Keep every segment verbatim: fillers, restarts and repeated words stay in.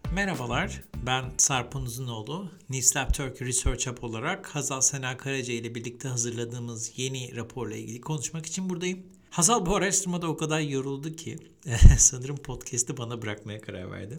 Merhabalar, ben Sarpan Uzunoğlu. NISLab Turkey Research Hub olarak Hazal Sena Karaca ile birlikte hazırladığımız yeni raporla ilgili konuşmak için buradayım. Hazal bu araştırmada o kadar yoruldu ki sanırım podcast'ı bana bırakmaya karar verdi.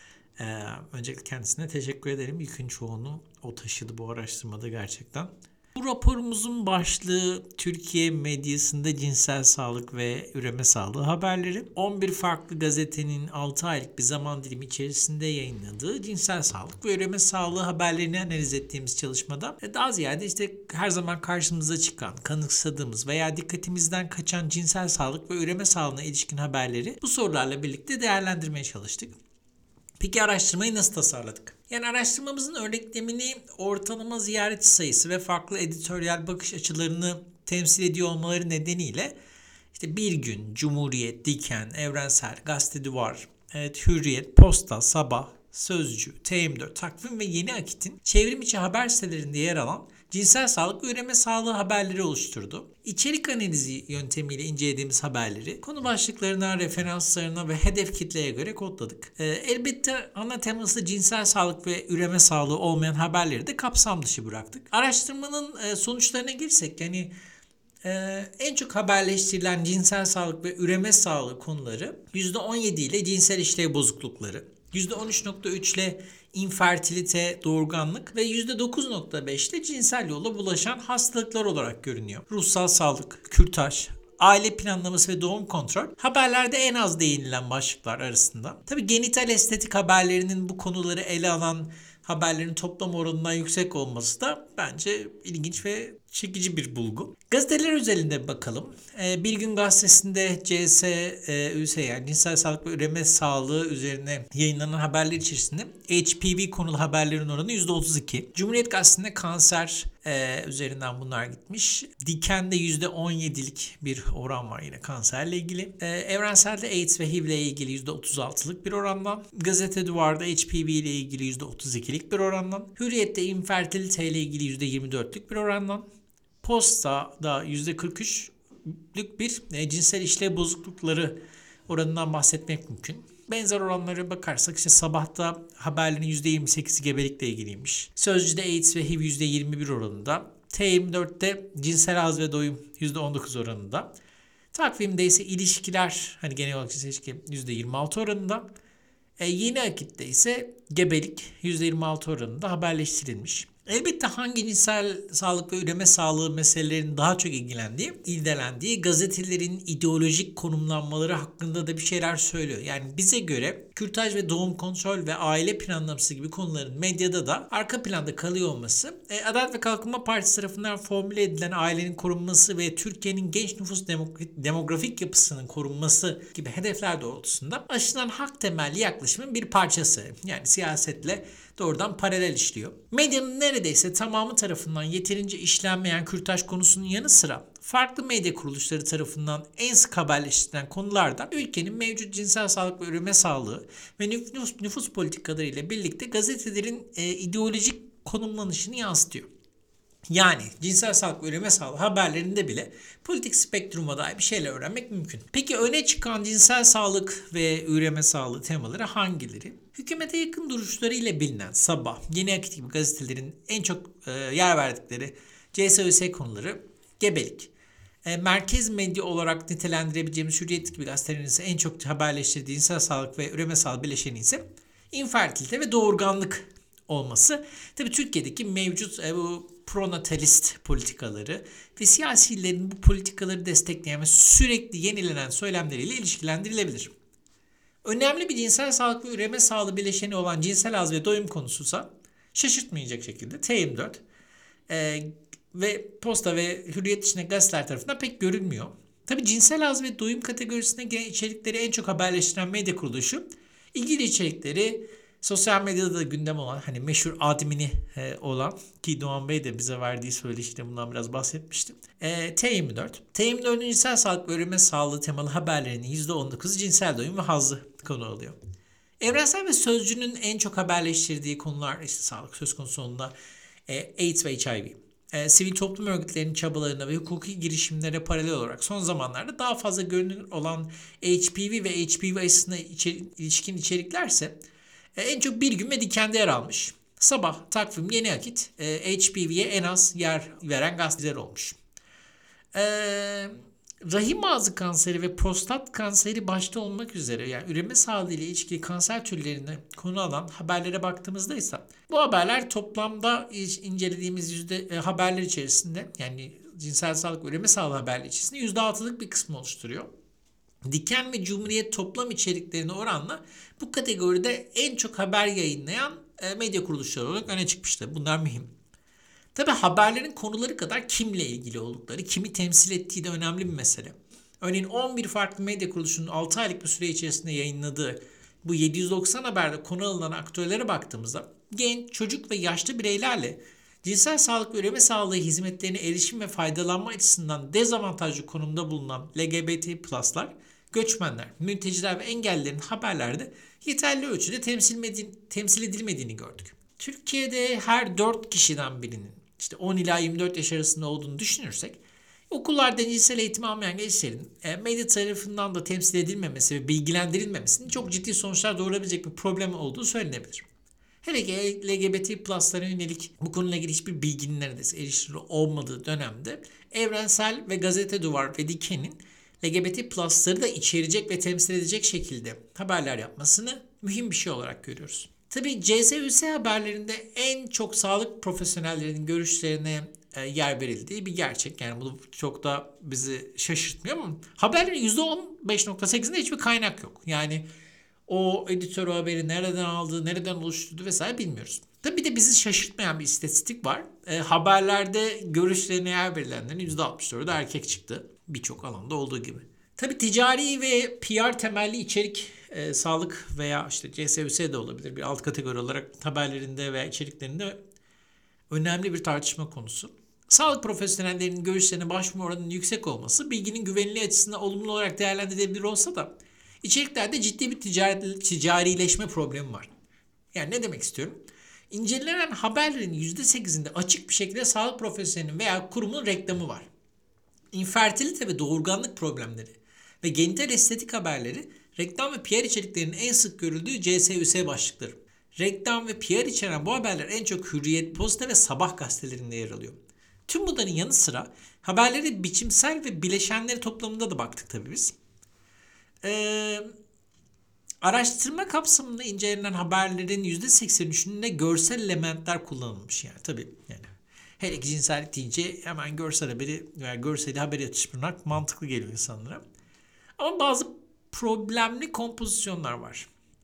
Ee, öncelikle kendisine teşekkür ederim. Yükün çoğunu o taşıdı bu araştırmada gerçekten. Bu raporumuzun başlığı Türkiye medyasında cinsel sağlık ve üreme sağlığı haberleri. on bir farklı gazetenin altı aylık bir zaman dilimi içerisinde yayınladığı cinsel sağlık ve üreme sağlığı haberlerini analiz ettiğimiz çalışmada daha ziyade işte her zaman karşımıza çıkan, kanıksadığımız veya dikkatimizden kaçan cinsel sağlık ve üreme sağlığına ilişkin haberleri bu sorularla birlikte değerlendirmeye çalıştık. Peki araştırmayı nasıl tasarladık? Yani araştırmamızın örneklemini ortalama ziyaretçi sayısı ve farklı editoryal bakış açılarını temsil ediyor olmaları nedeniyle işte Bir Gün, Cumhuriyet, Diken, Evrensel, Gazete Duvar, evet, Hürriyet, Posta, Sabah, Sözcü, T yirmi dört, Takvim ve Yeni Akit'in çevrim içi haber sitelerinde yer alan cinsel sağlık ve üreme sağlığı haberleri oluşturdu. İçerik analizi yöntemiyle incelediğimiz haberleri konu başlıklarına, referanslarına ve hedef kitleye göre kodladık. Ee, elbette ana teması cinsel sağlık ve üreme sağlığı olmayan haberleri de kapsam dışı bıraktık. Araştırmanın e, sonuçlarına girsek yani Ee, en çok haberleştirilen cinsel sağlık ve üreme sağlığı konuları yüzde on yedi ile cinsel işlev bozuklukları, yüzde on üç nokta üç ile infertilite, doğurganlık ve yüzde dokuz nokta beş ile cinsel yolla bulaşan hastalıklar olarak görünüyor. Ruhsal sağlık, kürtaj, aile planlaması ve doğum kontrol haberlerde en az değinilen başlıklar arasında. Tabii genital estetik haberlerinin bu konuları ele alan haberlerin toplam oranından yüksek olması da bence ilginç ve çekici bir bulgu. Gazeteler özelinde bakalım. Ee, Bir Gün Gazetesi'nde C S Ü S yani cinsel sağlık ve üreme sağlığı üzerine yayınlanan haberler içerisinde H P V konulu haberlerin oranı yüzde otuz iki. Cumhuriyet Gazetesi'nde kanser e, üzerinden bunlar gitmiş. Diken'de yüzde on yedilik bir oran var yine kanserle ilgili. E, Evrensel'de AIDS ve H I V ile ilgili yüzde otuz altılık bir orandan. Gazete Duvar'da H P V ile ilgili yüzde otuz ikilik bir orandan. Hürriyet'te infertilite ile ilgili yüzde yirmi dörtlük bir orandan. Posta'da yüzde kırk üçlük bir e, cinsel işlev bozuklukları oranından bahsetmek mümkün. Benzer oranlara bakarsak işte Sabah'ta haberlerin yüzde yirmi sekizi gebelikle ilgiliymiş. Sözcü'de AIDS ve H I V yüzde yirmi bir oranında. T yirmi dörtte cinsel haz ve doyum yüzde on dokuz oranında. Takvimde ise ilişkiler hani genel olarak cinsel ilişki yüzde yirmi altı oranında. E, Yeni Akit'te ise gebelik yüzde yirmi altı oranında haberleştirilmiş. Elbette hangi cinsel sağlık ve üreme sağlığı meselelerinin daha çok ilgilendiği, ilgilendiği gazetelerin ideolojik konumlanmaları hakkında da bir şeyler söylüyor. Yani bize göre kürtaj ve doğum kontrol ve aile planlaması gibi konuların medyada da arka planda kalıyor olması, e, Adalet ve Kalkınma Partisi tarafından formüle edilen ailenin korunması ve Türkiye'nin genç nüfus demografik yapısının korunması gibi hedefler doğrultusunda aşılan hak temelli yaklaşımın bir parçası. Yani siyasetle doğrudan paralel işliyor. Medyanın neredeyse tamamı tarafından yeterince işlenmeyen kürtaj konusunun yanı sıra farklı medya kuruluşları tarafından en sık haberleştirilen konulardan ülkenin mevcut cinsel sağlık ve üreme sağlığı ve nüfus, nüfus politikaları ile birlikte gazetelerin e, ideolojik konumlanışını yansıtıyor. Yani cinsel sağlık ve üreme sağlığı haberlerinde bile politik spektruma dair bir şeyler öğrenmek mümkün. Peki öne çıkan cinsel sağlık ve üreme sağlığı temaları hangileri? Hükümete yakın duruşları ile bilinen Sabah, Yeni Akit gibi gazetelerin en çok e, yer verdikleri C S Ö S konuları gebelik. E, merkez medya olarak nitelendirebileceğimiz Hürriyet gibi gazetelerin ise en çok haberleştirdiği cinsel sağlık ve üreme sağlığı bileşeni ise infertilite ve doğurganlık olması. Tabii Türkiye'deki mevcut e, bu pronatalist politikaları ve siyasilerin bu politikaları destekleyen ve sürekli yenilenen söylemleriyle ilişkilendirilebilir. Önemli bir cinsel sağlık ve üreme sağlığı bileşeni olan cinsel haz ve doyum konusuysa şaşırtmayacak şekilde T yirmi dört e, ve Posta ve Hürriyet dışında gazeteler tarafından pek görülmüyor. Tabii cinsel haz ve doyum kategorisine giren içerikleri en çok haberleştiren medya kuruluşu ilgili içerikleri sosyal medyada da gündem olan hani meşhur admini e, olan ki Doğan Bey de bize verdiği söyleşide bundan biraz bahsetmiştim. E, T yirmi dört. T yirmi dört'ün cinsel sağlık ve üreme sağlığı temalı haberlerinin yüzde on dokuzu cinsel doyum ve hazzı konu alıyor. Evrensel ve Sözcü'nün en çok haberleştirdiği konular işte sağlık söz konusu olduğunda e, AIDS ve H I V. E, sivil toplum örgütlerinin çabalarına ve hukuki girişimlere paralel olarak son zamanlarda daha fazla görünür olan H P V ve H P V aşısına içeri, ilişkin içeriklerse E, en çok Bir Gün ve Diken'de yer almış. Sabah, Takvim, Yeni Akit, e, H P V'ye en az yer veren gazeteler olmuş. E, Rahim ağzı kanseri ve prostat kanseri başta olmak üzere yani üreme sağlığı ile ilişkili kanser türlerini konu alan haberlere baktığımızda ise bu haberler toplamda incelediğimiz yüzde e, haberler içerisinde yani cinsel sağlık ve üreme sağlığı haberleri içerisinde yüzde altılık bir kısmı oluşturuyor. Diken ve Cumhuriyet toplam içeriklerine oranla bu kategoride en çok haber yayınlayan e, medya kuruluşları olarak öne çıkmıştı. Bunlar mühim. Tabi haberlerin konuları kadar kimle ilgili oldukları, kimi temsil ettiği de önemli bir mesele. Örneğin on bir farklı medya kuruluşunun altı aylık bir süre içerisinde yayınladığı bu yedi yüz doksan haberde konu alınan aktörlere baktığımızda genç, çocuk ve yaşlı bireylerle cinsel sağlık ve üreme sağlığı hizmetlerine erişim ve faydalanma açısından dezavantajlı konumda bulunan L G B T plus'lar, göçmenler, mülteciler ve engellilerin haberlerde yeterli ölçüde temsil edilmediğini gördük. Türkiye'de her dört kişiden birinin işte on ila yirmi dört yaş arasında olduğunu düşünürsek okullarda cinsel eğitim almayan gençlerin medya tarafından da temsil edilmemesi ve bilgilendirilmemesinin çok ciddi sonuçlar doğurabilecek bir problem olduğu söylenebilir. Hele ki L G B T plus'lara yönelik bu konuyla ilgili hiçbir bilginin neredeyse erişilir olmadığı dönemde Evrensel ve Gazete Duvar ve Diken'in L G B T plus'ları da içerecek ve temsil edecek şekilde haberler yapmasını mühim bir şey olarak görüyoruz. Tabii C S Ü S haberlerinde en çok sağlık profesyonellerinin görüşlerine e, yer verildiği bir gerçek. Yani bu çok da bizi şaşırtmıyor ama haberlerin yüzde on beş virgül sekizinde hiçbir kaynak yok. Yani o editör o haberi nereden aldı, nereden oluşturdu vesaire bilmiyoruz. Tabii bir de bizi şaşırtmayan bir istatistik var. E, haberlerde görüşlerine yer verilenlerin yüzde altmış dördü erkek çıktı. Birçok alanda olduğu gibi. Tabii ticari ve P R temelli içerik e, sağlık veya işte C S Ü S de olabilir bir alt kategori olarak haberlerinde veya içeriklerinde önemli bir tartışma konusu. Sağlık profesyonellerinin görüşlerine başvurma oranının yüksek olması bilginin güvenilirliği açısından olumlu olarak değerlendirilebilir olsa da içeriklerde ciddi bir ticari, ticarileşme problemi var. Yani ne demek istiyorum? İncelenen haberlerin yüzde sekizinde açık bir şekilde sağlık profesyonelinin veya kurumun reklamı var. İnfertilite ve doğurganlık problemleri ve genital estetik haberleri reklam ve P R içeriklerinin en sık görüldüğü C S Ü S başlıkları. Reklam ve P R içeren bu haberler en çok Hürriyet, Posta ve Sabah gazetelerinde yer alıyor. Tüm bunların yanı sıra haberleri biçimsel ve bileşenleri toplamında da baktık tabii biz. Ee, araştırma kapsamında incelenen haberlerin yüzde seksen üçünde görsel elementler kullanılmış yani tabii yani. Hele ki cinsellik deyince hemen görsel haberi veya görseli haberi yatıştırmak mantıklı geliyor insanlara. Ama bazı problemli kompozisyonlar var.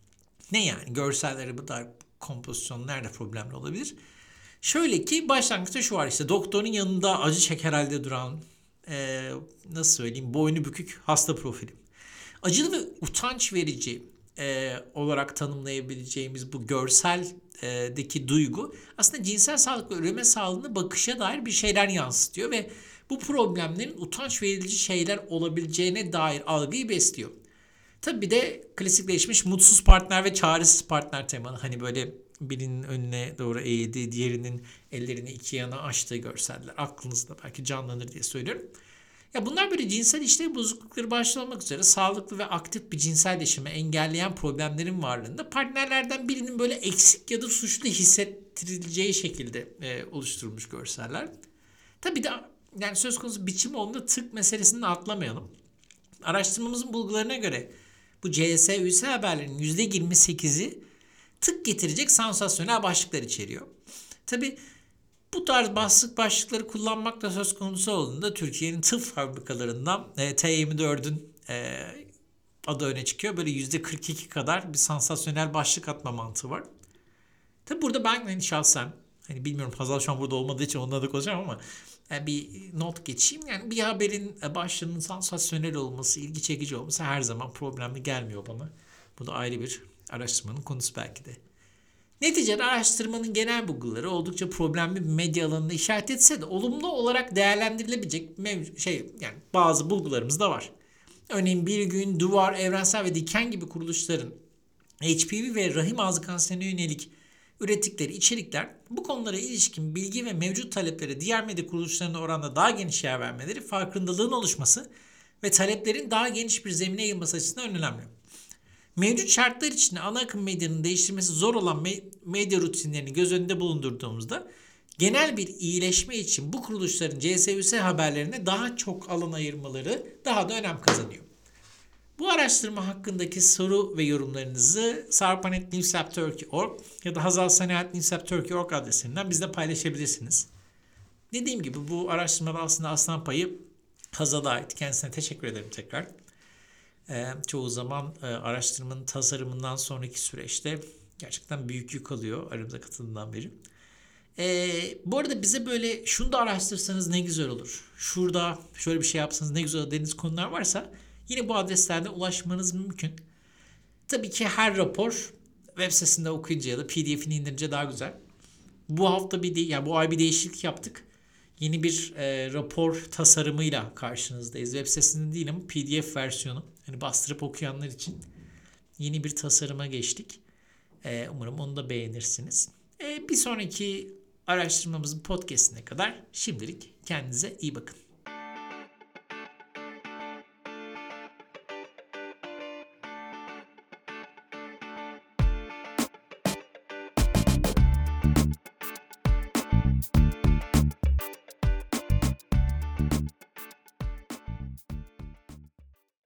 Ne yani? Görselleri bu da kompozisyon nerede problemli olabilir? Şöyle ki başlangıçta şu var işte doktorun yanında acı çeker halde duran e, nasıl söyleyeyim boynu bükük hasta profili. Acılı ve utanç verici e, olarak tanımlayabileceğimiz bu görseldeki duygu aslında cinsel sağlık ve üreme sağlığına bakışa dair bir şeyler yansıtıyor ve bu problemlerin utanç verici şeyler olabileceğine dair algıyı besliyor. Tabii bir de klasikleşmiş mutsuz partner ve çaresiz partner temalı. Hani böyle birinin önüne doğru eğildiği, diğerinin ellerini iki yana açtığı görseller. Aklınızda belki canlanır diye söylüyorum. Ya bunlar böyle cinsel işlev bozuklukları başta olmak üzere sağlıklı ve aktif bir cinsel yaşamı engelleyen problemlerin varlığında partnerlerden birinin böyle eksik ya da suçlu hissettirileceği şekilde e, oluşturulmuş görseller. Tabii de yani söz konusu biçim olduğunda tık meselesini de atlamayalım. Araştırmamızın bulgularına göre bu C S Ü S haberlerinin yüzde yirmi sekizi tık getirecek sansasyonel başlıklar içeriyor. Tabii bu tarz başlık başlıkları kullanmak da söz konusu olduğunda Türkiye'nin tıp fabrikalarından e, T yirmi dördün e, adı öne çıkıyor. Böyle yüzde kırk iki kadar bir sansasyonel başlık atma mantığı var. Tabii burada ben hani şahsen hani bilmiyorum Hazal şu an burada olmadığı için onunla da konuşacağım ama yani bir not geçeyim. Yani bir haberin başlığının sansasyonel olması, ilgi çekici olması her zaman problemli gelmiyor bana. Bu da ayrı bir araştırmanın konusu belki de. Neticede araştırmanın genel bulguları oldukça problemli bir medya alanına işaret etse de olumlu olarak değerlendirilebilecek mev- şey yani bazı bulgularımız da var. Örneğin Bir Gün, Duvar, Evrensel ve Diken gibi kuruluşların H P V ve rahim ağzı kanserine yönelik ürettikleri içerikler bu konulara ilişkin bilgi ve mevcut taleplere diğer medya kuruluşlarına oranla daha geniş yer vermeleri, farkındalığın oluşması ve taleplerin daha geniş bir zemine yayılması açısından önemli. Mevcut şartlar içinde ana akım medyanın değiştirmesi zor olan me- medya rutinlerini göz önünde bulundurduğumuzda genel bir iyileşme için bu kuruluşların C S U S haberlerine daha çok alan ayırmaları daha da önem kazanıyor. Bu araştırma hakkındaki soru ve yorumlarınızı sarpan at newslab turkey nokta org ya da hazalsani at newslab turkey nokta org adresinden bizle paylaşabilirsiniz. Dediğim gibi bu araştırmada aslında aslan payı Hazal'a ait. Kendisine teşekkür ederim tekrar. Ee, çoğu zaman e, araştırmanın tasarımından sonraki süreçte gerçekten büyük yük alıyor aramıza katıldığından beri. Ee, bu arada bize böyle şunu da araştırsanız ne güzel olur. Şurada şöyle bir şey yapsanız ne güzel olur dediğiniz konular varsa yine bu adreslerden ulaşmanız mümkün. Tabii ki her rapor web sitesinde okuyunca ya da P D F'ini indirince daha güzel. Bu hafta bir de, yani bu ay bir değişiklik yaptık. Yeni bir e, rapor tasarımıyla karşınızdayız. Web sitesinde değil ama P D F versiyonu. Hani bastırıp okuyanlar için yeni bir tasarıma geçtik. E, umarım onu da beğenirsiniz. E, bir sonraki araştırmamızın podcastine kadar şimdilik kendinize iyi bakın.